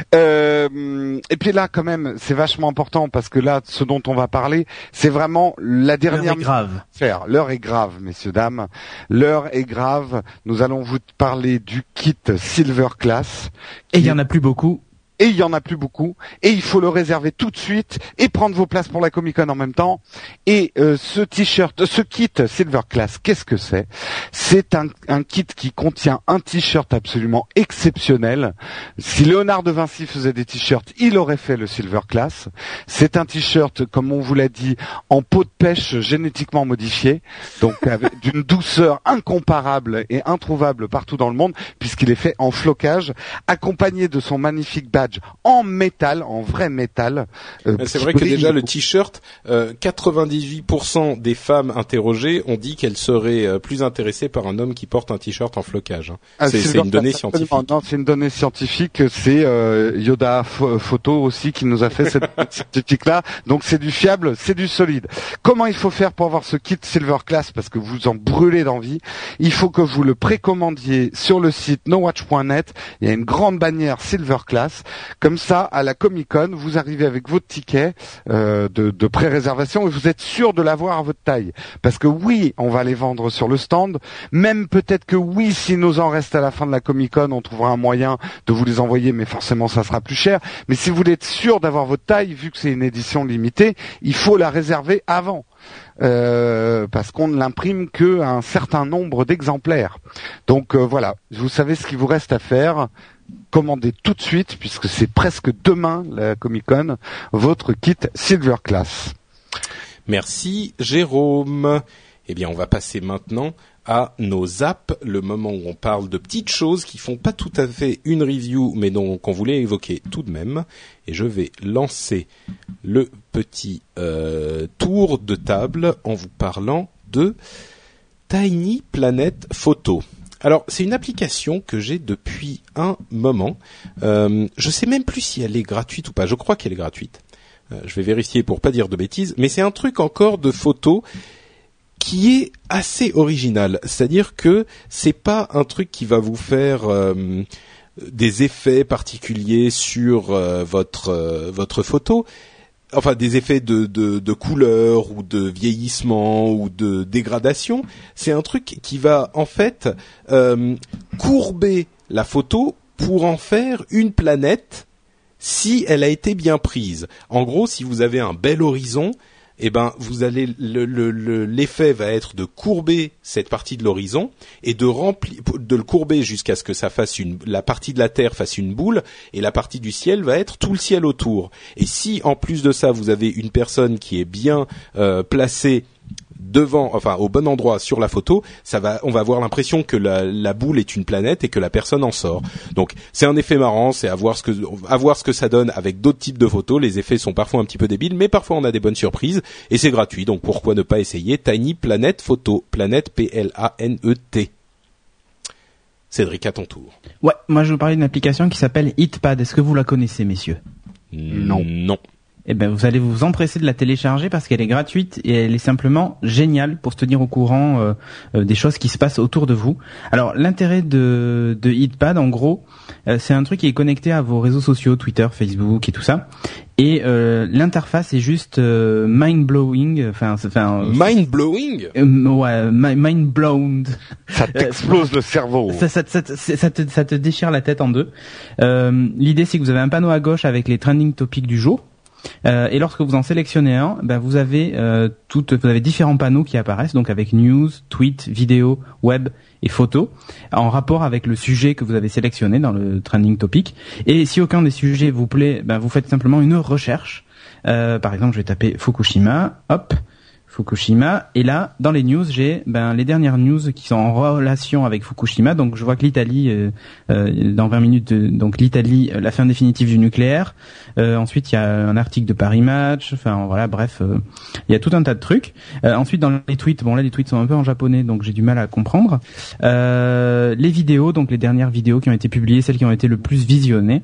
Euh, et puis là, quand même, c'est vachement important parce que là, ce dont on va parler, c'est vraiment la dernière. L'heure est grave. Faire. L'heure est grave, messieurs, dames. L'heure est grave. Nous allons vous parler du kit Silver Class. Et il y en a plus beaucoup. Et il y en a plus beaucoup, et il faut le réserver tout de suite et prendre vos places pour la Comic-Con en même temps. Et euh, ce t-shirt, ce kit Silver Class, qu'est-ce que c'est ? C'est un, un kit qui contient un t-shirt absolument exceptionnel. Si Léonard de Vinci faisait des t-shirts, il aurait fait le Silver Class. C'est un t-shirt, comme on vous l'a dit, en peau de pêche génétiquement modifiée, donc avec d'une douceur incomparable et introuvable partout dans le monde, puisqu'il est fait en flocage, accompagné de son magnifique badge en métal, en vrai métal. Euh, c'est vrai que déjà le t-shirt, euh, quatre-vingt-dix-huit pour cent des femmes interrogées ont dit qu'elles seraient euh, plus intéressées par un homme qui porte un t-shirt en flocage. Hein. Ah, c'est, c'est une donnée scientifique. Non, c'est une donnée scientifique. C'est euh, Yoda F- Photo aussi qui nous a fait cette scientifique-là. Donc c'est du fiable, c'est du solide. Comment il faut faire pour avoir ce kit Silver Class ? Parce que vous en brûlez d'envie. Il faut que vous le précommandiez sur le site no watch point net. Il y a une grande bannière Silver Class. Comme ça, à la Comic-Con, vous arrivez avec votre ticket euh, de, de pré-réservation et vous êtes sûr de l'avoir à votre taille. Parce que oui, on va les vendre sur le stand. Même peut-être que oui, si nos en reste à la fin de la Comic-Con, on trouvera un moyen de vous les envoyer, mais forcément ça sera plus cher. Mais si vous voulez être sûr d'avoir votre taille, vu que c'est une édition limitée, il faut la réserver avant. Euh, parce qu'on ne l'imprime que un certain nombre d'exemplaires. Donc euh, voilà, vous savez ce qu'il vous reste à faire. Commandez tout de suite, puisque c'est presque demain la Comic-Con, votre kit Silver Class. Merci Jérôme. Eh bien, on va passer maintenant à nos apps, le moment où on parle de petites choses qui font pas tout à fait une review, mais dont qu'on voulait évoquer tout de même. Et je vais lancer le petit euh, tour de table en vous parlant de Tiny Planet Photo. Alors, c'est une application que j'ai depuis un moment. Euh, je sais même plus si elle est gratuite ou pas. Je crois qu'elle est gratuite. Euh, je vais vérifier pour pas dire de bêtises. Mais c'est un truc encore de photo qui est assez original. C'est-à-dire que c'est pas un truc qui va vous faire euh, des effets particuliers sur euh, votre euh, votre photo. Enfin, des effets de, de, de couleur ou de vieillissement ou de dégradation. C'est un truc qui va en fait euh, courber la photo pour en faire une planète si elle a été bien prise. En gros, si vous avez un bel horizon, eh ben vous allez le, le, le, l'effet va être de courber cette partie de l'horizon et de remplir, de le courber jusqu'à ce que ça fasse une, la partie de la Terre fasse une boule et la partie du ciel va être tout le ciel autour. Et si en plus de ça vous avez une personne qui est bien euh, placée devant, enfin au bon endroit sur la photo, ça va, on va avoir l'impression que la, la boule est une planète et que la personne en sort. Donc c'est un effet marrant, c'est à voir ce que, à voir ce que ça donne avec d'autres types de photos. Les effets sont parfois un petit peu débiles, mais parfois on a des bonnes surprises et c'est gratuit. Donc pourquoi ne pas essayer Tiny Planet Photo, planète P L A N E T. Cédric, à ton tour. Ouais, moi je vais vous parler d'une application qui s'appelle Hitpad. Est-ce que vous la connaissez, messieurs? Non. Non. Eh ben, vous allez vous empresser de la télécharger parce qu'elle est gratuite et elle est simplement géniale pour se tenir au courant euh, euh, des choses qui se passent autour de vous. Alors, l'intérêt de, de Hitpad, en gros, euh, c'est un truc qui est connecté à vos réseaux sociaux, Twitter, Facebook et tout ça. Et euh, l'interface est juste euh, mind-blowing. Enfin, enfin mind-blowing. Euh, ouais, mind-blown. Ça t'explose le cerveau. Ça, ça, ça, ça, ça, te, ça te déchire la tête en deux. Euh, l'idée, c'est que vous avez un panneau à gauche avec les trending topics du jour. Euh, et lorsque vous en sélectionnez un, ben vous avez euh, toutes, vous avez différents panneaux qui apparaissent, donc avec news, tweet, vidéo, web et photos, en rapport avec le sujet que vous avez sélectionné dans le trending topic. Et si aucun des sujets vous plaît, ben vous faites simplement une recherche. Euh, par exemple, je vais taper Fukushima, hop. Fukushima, et là dans les news j'ai ben les dernières news qui sont en relation avec Fukushima. Donc je vois que l'Italie euh, euh, dans vingt minutes euh, donc l'Italie euh, la fin définitive du nucléaire. Euh, ensuite il y a un article de Paris Match, enfin voilà, bref, euh, il y a tout un tas de trucs. Euh, ensuite dans les tweets, bon là les tweets sont un peu en japonais donc j'ai du mal à comprendre. Euh, les vidéos, donc les dernières vidéos qui ont été publiées, celles qui ont été le plus visionnées.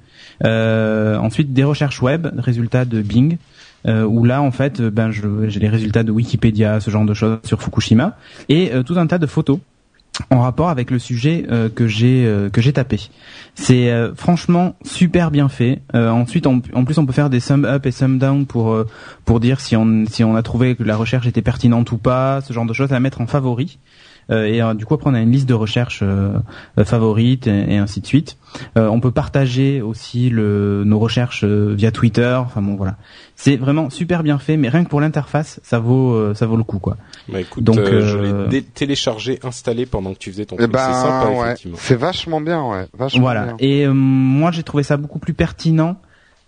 Euh, ensuite des recherches web, résultats de Bing. Euh, où là en fait ben je, j'ai les résultats de Wikipédia, ce genre de choses sur Fukushima, et euh, tout un tas de photos en rapport avec le sujet euh, que j'ai euh, que j'ai tapé. C'est euh, franchement super bien fait. Euh, ensuite on, en plus on peut faire des sum up et sum down pour euh, pour dire si on si on a trouvé que la recherche était pertinente ou pas, ce genre de choses à mettre en favori. Euh, et euh, du coup après on a une liste de recherches euh, euh, favorites et, et ainsi de suite. Euh, on peut partager aussi le, nos recherches euh, via Twitter. Enfin bon voilà, c'est vraiment super bien fait. Mais rien que pour l'interface, ça vaut euh, ça vaut le coup quoi. Bah écoute, donc euh, je l'ai dé- téléchargé, installé pendant que tu faisais ton truc. Ben, c'est sympa ouais. effectivement. C'est vachement bien ouais. Vachement voilà. Bien. Et euh, moi j'ai trouvé ça beaucoup plus pertinent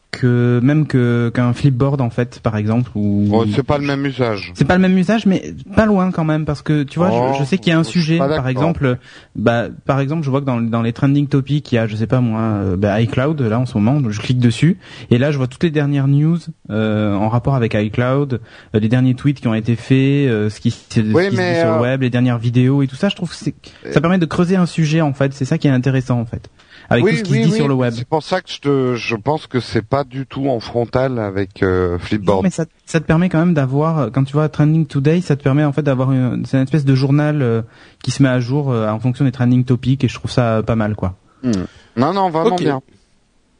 que même que qu'un flipboard en fait par exemple ou oh, c'est pas le même usage. C'est pas le même usage mais pas loin quand même parce que tu vois oh, je, je sais qu'il y a un sujet par exemple bah par exemple je vois que dans dans les trending topics il y a je sais pas moi euh, bah, iCloud là en ce moment je clique dessus et là je vois toutes les dernières news euh, en rapport avec iCloud, euh, les derniers tweets qui ont été faits, euh, ce qui, ce oui, qui se dit euh... sur le web, les dernières vidéos et tout ça. Je trouve que c'est, ça permet de creuser un sujet en fait, c'est ça qui est intéressant en fait. Avec oui, tout ce qui oui, se dit oui, sur le web. C'est pour ça que je te, je pense que c'est pas du tout en frontal avec euh, Flipboard. Non, mais ça, ça te permet quand même d'avoir, quand tu vois Trending Today, ça te permet en fait d'avoir une, c'est une espèce de journal euh, qui se met à jour euh, en fonction des trending topics et je trouve ça pas mal quoi. Mmh. Non, non, vraiment okay. bien.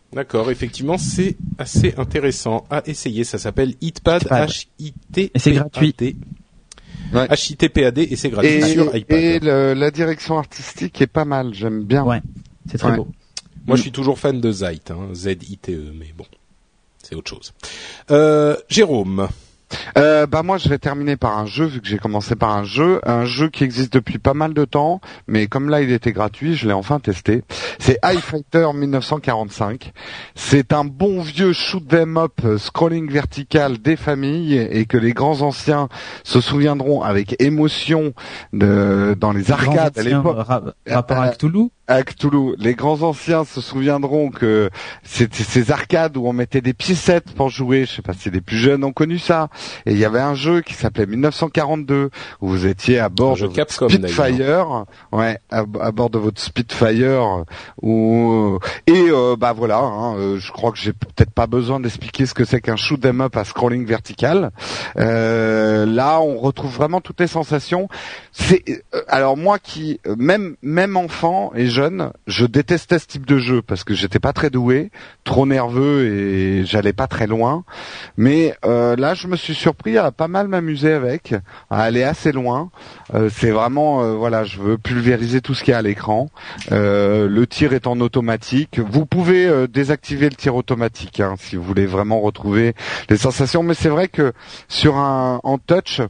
D'accord, effectivement, c'est assez intéressant à essayer. Ça s'appelle Hitpad, H I T P A D. Et c'est gratuit. Ouais. H I T P A D et c'est gratuit et, sur iPad. Et le, la direction artistique est pas mal, j'aime bien. Ouais, c'est très ouais. beau. Moi, mm. je suis toujours fan de Zeit, hein, Z I T E, mais bon, c'est autre chose. Euh, Jérôme. Euh, bah moi je vais terminer par un jeu vu que j'ai commencé par un jeu, un jeu qui existe depuis pas mal de temps, mais comme là il était gratuit, je l'ai enfin testé. C'est iFighter dix-neuf cent quarante-cinq. C'est un bon vieux shoot 'em up scrolling vertical des familles et que les grands anciens se souviendront avec émotion de dans les, les arcades à l'époque. Ra- rapport à Cthulhu. À Cthulhu. Les grands anciens se souviendront que c'était ces arcades où on mettait des piécettes pour jouer. Je sais pas si les plus jeunes ont connu ça. Et il y avait un jeu qui s'appelait dix-neuf cent quarante-deux où vous étiez à bord de votre Capcom, Spitfire, ouais, à, à bord de votre Spitfire. Où et euh, bah voilà, hein, je crois que j'ai peut-être pas besoin d'expliquer ce que c'est qu'un shoot 'em up à scrolling vertical. Euh, là, on retrouve vraiment toutes les sensations. C'est euh, alors moi qui même même enfant et jeune, je détestais ce type de jeu parce que j'étais pas très doué, trop nerveux et j'allais pas très loin. Mais euh, là, je me suis surpris à pas mal m'amuser avec, à aller assez loin. Euh, c'est vraiment, euh, voilà, je veux pulvériser tout ce qu'il y a à l'écran. Euh, le tir est en automatique. Vous pouvez euh, désactiver le tir automatique hein, si vous voulez vraiment retrouver les sensations. Mais c'est vrai que sur un en touch,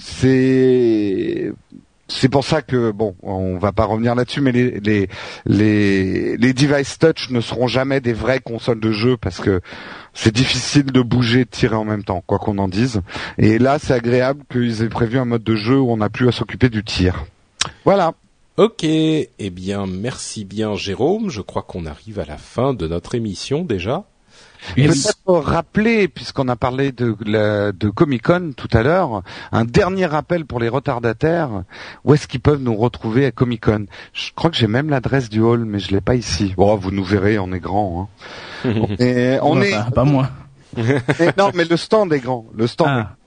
c'est C'est pour ça que bon, on va pas revenir là-dessus, mais les les les les device touch ne seront jamais des vraies consoles de jeu parce que c'est difficile de bouger, de tirer en même temps, quoi qu'on en dise. Et là, c'est agréable qu'ils aient prévu un mode de jeu où on n'a plus à s'occuper du tir. Voilà. Ok, eh bien merci bien Jérôme. Je crois qu'on arrive à la fin de notre émission déjà. Peut-être rappeler, puisqu'on a parlé de, de, de Comic-Con tout à l'heure, un dernier rappel pour les retardataires. Où est-ce qu'ils peuvent nous retrouver à Comic-Con? Je crois que j'ai même l'adresse du hall, mais je l'ai pas ici. Bon, vous nous verrez, on est grand. Hein. Et on ouais, est pas, pas moi. Et, non, mais le stand est grand. Le stand. Ah. Est...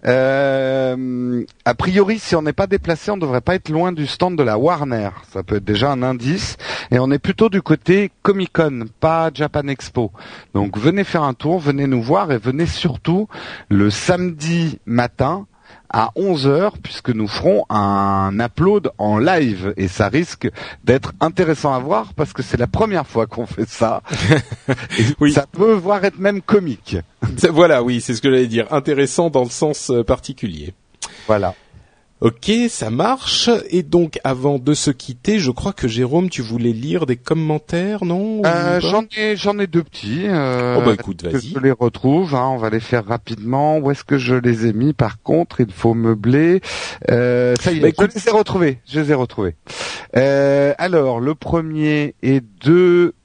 Euh, a priori, si on n'est pas déplacé, on ne devrait pas être loin du stand de la Warner. Ça peut être déjà un indice. Et on est plutôt du côté Comic-Con, pas Japan Expo. Donc venez faire un tour, venez nous voir et venez surtout le samedi matin à onze heures, puisque nous ferons un upload en live et ça risque d'être intéressant à voir parce que c'est la première fois qu'on fait ça. Et oui. Ça peut voire être même comique. Voilà, oui, c'est ce que j'allais dire. Intéressant dans le sens particulier. Voilà. Ok, ça marche. Et donc, avant de se quitter, je crois que Jérôme, tu voulais lire des commentaires, non? euh, J'en ai, j'en ai deux petits. Euh, oh bah écoute, vas-y. Je les retrouve. Hein, on va les faire rapidement. Où est-ce que je les ai mis? Par contre, il faut meubler. Euh, ça y est, bah, écoute... je les ai retrouvés. Je les ai retrouvés. Euh, alors, le premier est de.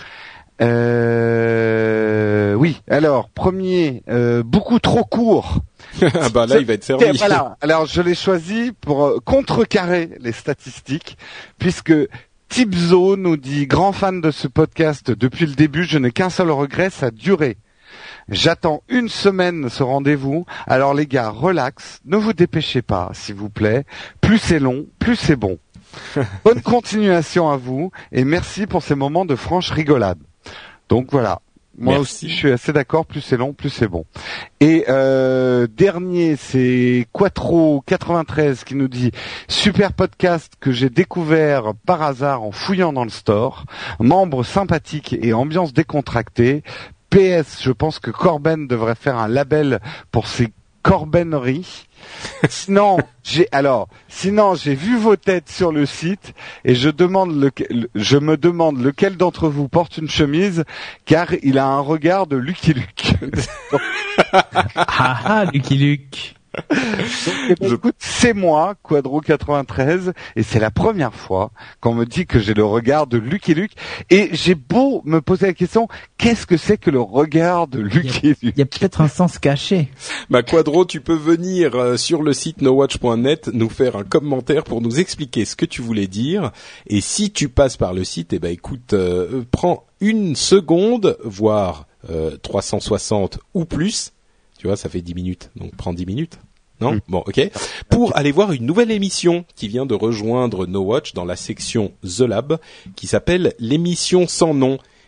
Euh, oui. Alors, premier, euh, beaucoup trop court. Ah bah là, il va être servi. Voilà. Alors, je l'ai choisi pour euh, contrecarrer les statistiques, puisque Tipzo nous dit, grand fan de ce podcast depuis le début, je n'ai qu'un seul regret, sa durée. J'attends une semaine ce rendez-vous. Alors les gars, relax, ne vous dépêchez pas, s'il vous plaît. Plus c'est long, plus c'est bon. Bonne continuation à vous et merci pour ces moments de franche rigolade. Donc voilà. Moi Merci. aussi, je suis assez d'accord. Plus c'est long, plus c'est bon. Et euh, dernier, c'est Quattro quatre-vingt-treize qui nous dit super podcast que j'ai découvert par hasard en fouillant dans le store. Membre sympathique et ambiance décontractée. P S, je pense que Corben devrait faire un label pour ses corbeneries. Sinon, j'ai alors, sinon j'ai vu vos têtes sur le site et je demande lequel, je me demande lequel d'entre vous porte une chemise car il a un regard de Lucky Luke. Ah ah, Lucky Luke. Donc, eh ben, écoute, c'est moi, Quadro quatre-vingt-treize, et c'est la première fois qu'on me dit que j'ai le regard de Lucky Luke. Et j'ai beau me poser la question, qu'est-ce que c'est que le regard de Lucky Luke? Il y a peut-être un sens caché. Bah Quadro, tu peux venir euh, sur le site nowatch point net nous faire un commentaire pour nous expliquer ce que tu voulais dire. Et si tu passes par le site, eh ben écoute, euh, prends une seconde, voire euh, trois cent soixante ou plus. Tu vois, ça fait dix minutes, donc prends dix minutes. Non ? Mmh. Bon, ok. Pour aller voir une nouvelle émission qui vient de rejoindre No Watch dans la section The Lab, qui s'appelle l'émission sans nom,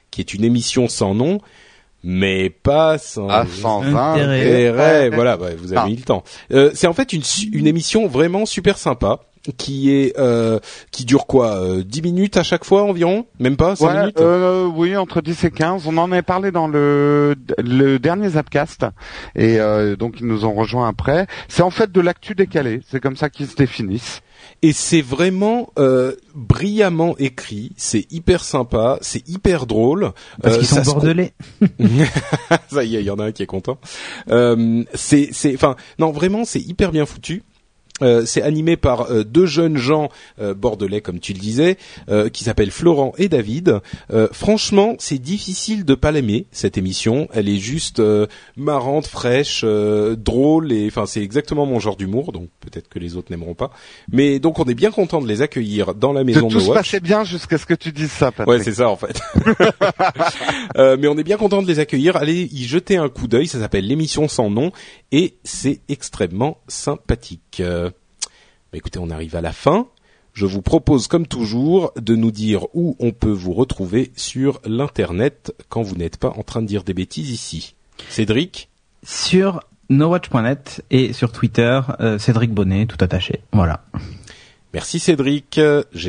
qui est une émission sans nom, mais pas sans, ah, sans intérêt. intérêt. Voilà, bah, vous avez ah. mis le temps. Euh, c'est en fait une, une émission vraiment super sympa. Qui est euh, qui dure quoi euh, dix minutes à chaque fois environ, même pas cinq ouais, minutes. Euh, oui, entre dix et quinze. On en avait parlé dans le le dernier Zapcast et euh, donc ils nous ont rejoint après. C'est en fait de l'actu décalé. C'est comme ça qu'ils se définissent. Et c'est vraiment euh, brillamment écrit, c'est hyper sympa, c'est hyper drôle. Parce euh, qu'ils sont bordelais. Ça y est, il y en a un qui est content. Euh, c'est c'est enfin non vraiment c'est hyper bien foutu. Euh, c'est animé par euh, deux jeunes gens euh, bordelais, comme tu le disais, euh, qui s'appellent Florent et David. Euh, franchement, c'est difficile de pas l'aimer, cette émission. Elle est juste euh, marrante, fraîche, euh, drôle, et enfin c'est exactement mon genre d'humour. Donc peut-être que les autres n'aimeront pas. Mais donc on est bien content de les accueillir dans la maison de No Watch. Tout se passait bien jusqu'à ce que tu dises ça, Patrick. Ouais, c'est ça en fait. euh, mais on est bien content de les accueillir. Allez y jeter un coup d'œil. Ça s'appelle l'émission sans nom et c'est extrêmement sympathique. Euh, Écoutez, on arrive à la fin. Je vous propose, comme toujours, de nous dire où on peut vous retrouver sur l'internet quand vous n'êtes pas en train de dire des bêtises ici. Cédric ? Sur nowatch point net et sur Twitter, euh, Cédric Bonnet, tout attaché. Voilà. Merci Cédric. Jérôme ?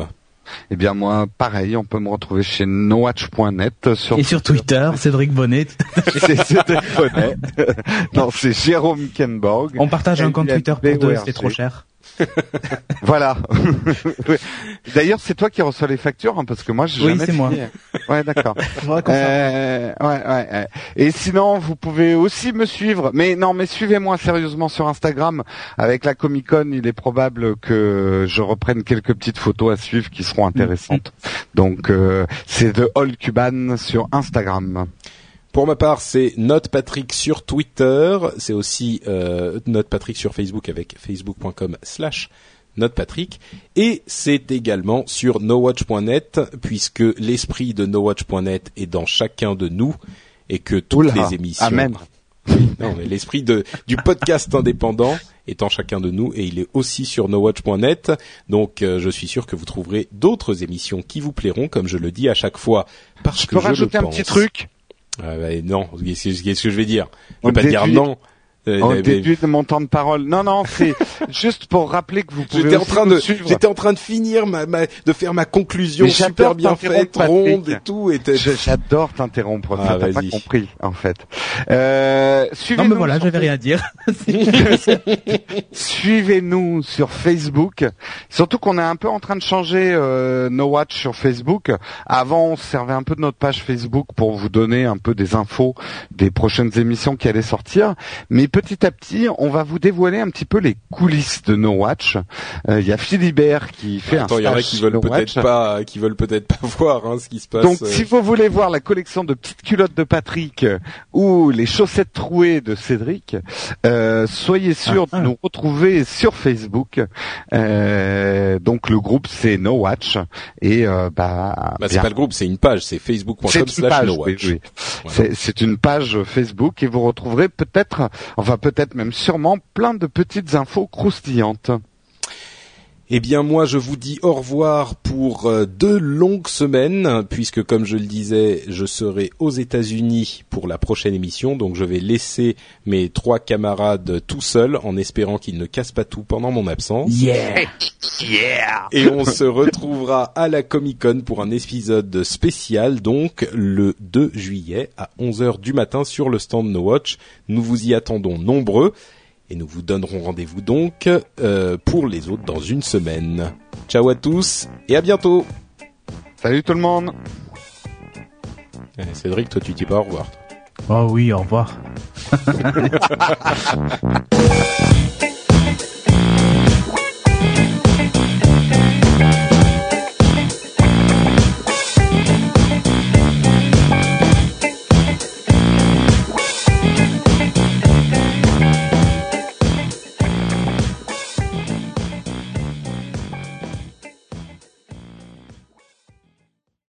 Eh bien moi, pareil, on peut me retrouver chez nowatch point net. Sur et sur Twitter, Cédric Bonnet. C'est Cédric Bonnet. Non, c'est Jérôme Kenborg. On partage un compte Twitter pour deux, c'est trop cher. Voilà. D'ailleurs, c'est toi qui reçois les factures, hein, parce que moi, j'ai oui, jamais c'est fini. moi. Ouais, d'accord. euh, ouais, ouais, ouais. Et sinon, vous pouvez aussi me suivre. Mais non, mais suivez-moi sérieusement sur Instagram. Avec la Comic-Con, il est probable que je reprenne quelques petites photos à suivre qui seront intéressantes. Donc, euh, c'est The All Cuban sur Instagram. Pour ma part, c'est NotePatrick sur Twitter. C'est aussi euh, NotePatrick sur Facebook avec facebook point com slash NotePatrick. Et c'est également sur nowatch point net, puisque l'esprit de nowatch point net est dans chacun de nous et que toutes Oula, les émissions... Amen. Oui, non, mais l'esprit de, du podcast indépendant est en chacun de nous et il est aussi sur nowatch point net. Donc, euh, je suis sûr que vous trouverez d'autres émissions qui vous plairont, comme je le dis à chaque fois, parce je que je le pense. peux rajouter un petit truc? Ah bah, non, qu'est-ce que je vais dire? Je vais pas dire non. On euh, déduit de mon temps de parole. Non, non, c'est juste pour rappeler que vous pouvez j'étais aussi en train de, suivre. J'étais en train de finir ma, ma de faire ma conclusion super bien faite, ronde et tout. Et j'adore t'interrompre. Ah, ça t'as pas compris, en fait. Euh, suivez-nous. Non, mais voilà, j'avais rien à dire. Suivez-nous sur Facebook. Surtout qu'on est un peu en train de changer euh, No Watch sur Facebook. Avant, on se servait un peu de notre page Facebook pour vous donner un peu des infos des prochaines émissions qui allaient sortir. Mais petit à petit, on va vous dévoiler un petit peu les coulisses de No Watch. Il euh, y a Philibert qui fait Attends, un stage. Il y en a qui veulent peut-être pas, qui veulent peut-être pas voir hein, ce qui se passe. Donc, euh... si vous voulez voir la collection de petites culottes de Patrick euh, ou les chaussettes trouées de Cédric, euh, soyez sûr ah, ah. de nous retrouver sur Facebook. Euh, donc, le groupe c'est No Watch et euh, bah. Bah, c'est pas le groupe, c'est une page, c'est facebook point com slash No Watch. Oui, oui. Voilà. C'est, c'est une page Facebook et vous retrouverez peut-être. Enfin, peut-être même sûrement plein de petites infos croustillantes. Eh bien, moi, je vous dis au revoir pour deux longues semaines, puisque, comme je le disais, je serai aux États-Unis pour la prochaine émission. Donc, je vais laisser mes trois camarades tout seuls, en espérant qu'ils ne cassent pas tout pendant mon absence. Yeah, yeah. Et on se retrouvera à la Comic-Con pour un épisode spécial, donc le deux juillet à onze heures du matin sur le stand No Watch. Nous vous y attendons nombreux. Et nous vous donnerons rendez-vous donc euh, pour les autres dans une semaine. Ciao à tous et à bientôt. Salut tout le monde. Eh, Cédric, toi tu dis pas au revoir. Oh oui, au revoir.